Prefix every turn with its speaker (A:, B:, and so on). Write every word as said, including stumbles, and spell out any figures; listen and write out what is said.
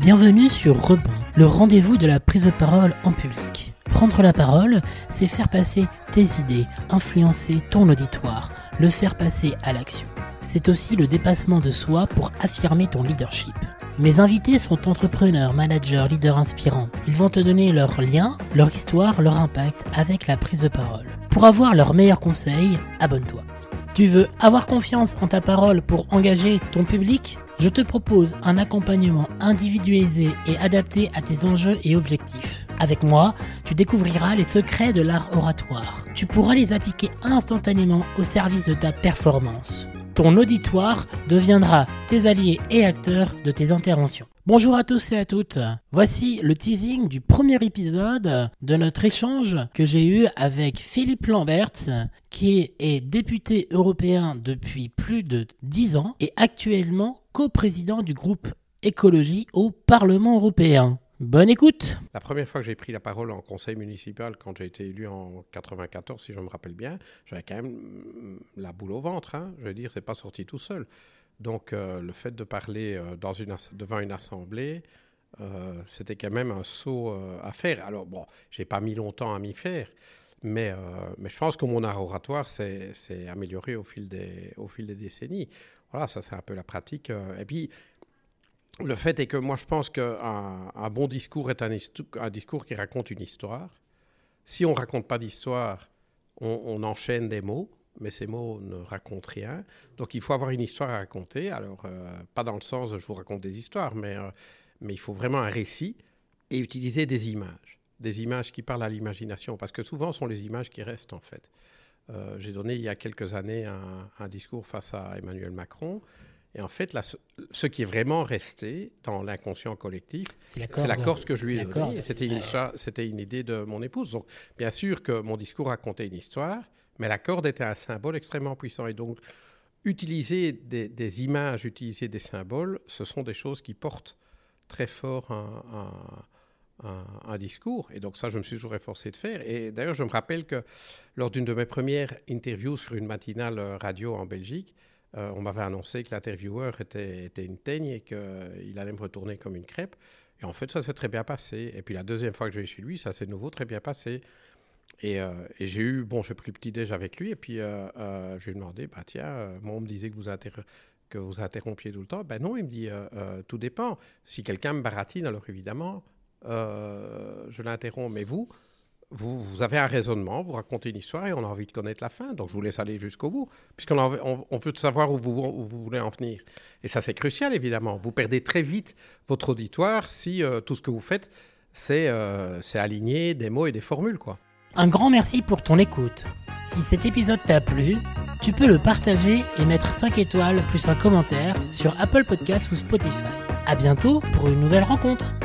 A: Bienvenue sur Rebond, le rendez-vous de la prise de parole en public. Prendre la parole, c'est faire passer tes idées, influencer ton auditoire, le faire passer à l'action. C'est aussi le dépassement de soi pour affirmer ton leadership. Mes invités sont entrepreneurs, managers, leaders inspirants. Ils vont te donner leurs liens, leur histoire, leur impact avec la prise de parole. Pour avoir leurs meilleurs conseils, abonne-toi. Tu veux avoir confiance en ta parole pour engager ton public ? Je te propose un accompagnement individualisé et adapté à tes enjeux et objectifs. Avec moi, tu découvriras les secrets de l'art oratoire. Tu pourras les appliquer instantanément au service de ta performance. Ton auditoire deviendra tes alliés et acteurs de tes interventions. Bonjour à tous et à toutes. Voici le teasing du premier épisode de notre échange que j'ai eu avec Philippe Lambertz, qui est député européen depuis plus de dix ans et actuellement coprésident du groupe Écologie au Parlement européen. Bonne écoute.
B: La première fois que j'ai pris la parole en conseil municipal, quand j'ai été élu en quatre-vingt-quatorze, si je me rappelle bien, j'avais quand même la boule au ventre. Hein. Je veux dire, c'est pas sorti tout seul. Donc, euh, le fait de parler euh, dans une as- devant une assemblée, euh, c'était quand même un saut euh, à faire. Alors, bon, j'ai pas mis longtemps à m'y faire, mais, euh, mais je pense que mon art oratoire s'est, s'est amélioré au fil, des, au fil des décennies. Voilà, ça, c'est un peu la pratique. Euh, et puis, le fait est que moi, je pense qu'un un bon discours est un, histo- un discours qui raconte une histoire. Si on ne raconte pas d'histoire, on, on enchaîne des mots, mais ces mots ne racontent rien. Donc, il faut avoir une histoire à raconter. Alors, euh, pas dans le sens de je vous raconte des histoires, mais, euh, mais il faut vraiment un récit et utiliser des images. Des images qui parlent à l'imagination, parce que souvent, ce sont les images qui restent, en fait. Euh, j'ai donné, il y a quelques années, un, un discours face à Emmanuel Macron. Et en fait, là, ce, ce qui est vraiment resté dans l'inconscient collectif, c'est la corde, c'est la corde que je lui ai donnée. C'était une, histoire, c'était une idée de mon épouse. Donc, bien sûr que mon discours racontait une histoire, mais la corde était un symbole extrêmement puissant. Et donc, utiliser des, des images, utiliser des symboles, ce sont des choses qui portent très fort un, un, un, un discours. Et donc, ça, je me suis toujours efforcé de faire. Et d'ailleurs, je me rappelle que lors d'une de mes premières interviews sur une matinale radio en Belgique, Euh, on m'avait annoncé que l'intervieweur était, était une teigne et qu'il allait me retourner comme une crêpe. Et en fait, ça s'est très bien passé. Et puis la deuxième fois que je vais chez lui, ça s'est de nouveau très bien passé. Et, euh, et j'ai eu, bon, j'ai pris le petit déj avec lui. Et puis euh, euh, je lui ai demandé, bah tiens, euh, moi on me disait que vous, inter- que vous interrompiez tout le temps. Ben non, il me dit, euh, euh, tout dépend. Si quelqu'un me baratine, alors évidemment, euh, je l'interromps. Mais vous Vous, vous avez un raisonnement, vous racontez une histoire et on a envie de connaître la fin. Donc, je vous laisse aller jusqu'au bout, puisqu'on a, on, on veut savoir où vous, où vous voulez en venir. Et ça, c'est crucial, évidemment. Vous perdez très vite votre auditoire si euh, tout ce que vous faites, c'est, euh, c'est aligner des mots et des formules, quoi.
A: Un grand merci pour ton écoute. Si cet épisode t'a plu, tu peux le partager et mettre cinq étoiles plus un commentaire sur Apple Podcasts ou Spotify. À bientôt pour une nouvelle rencontre.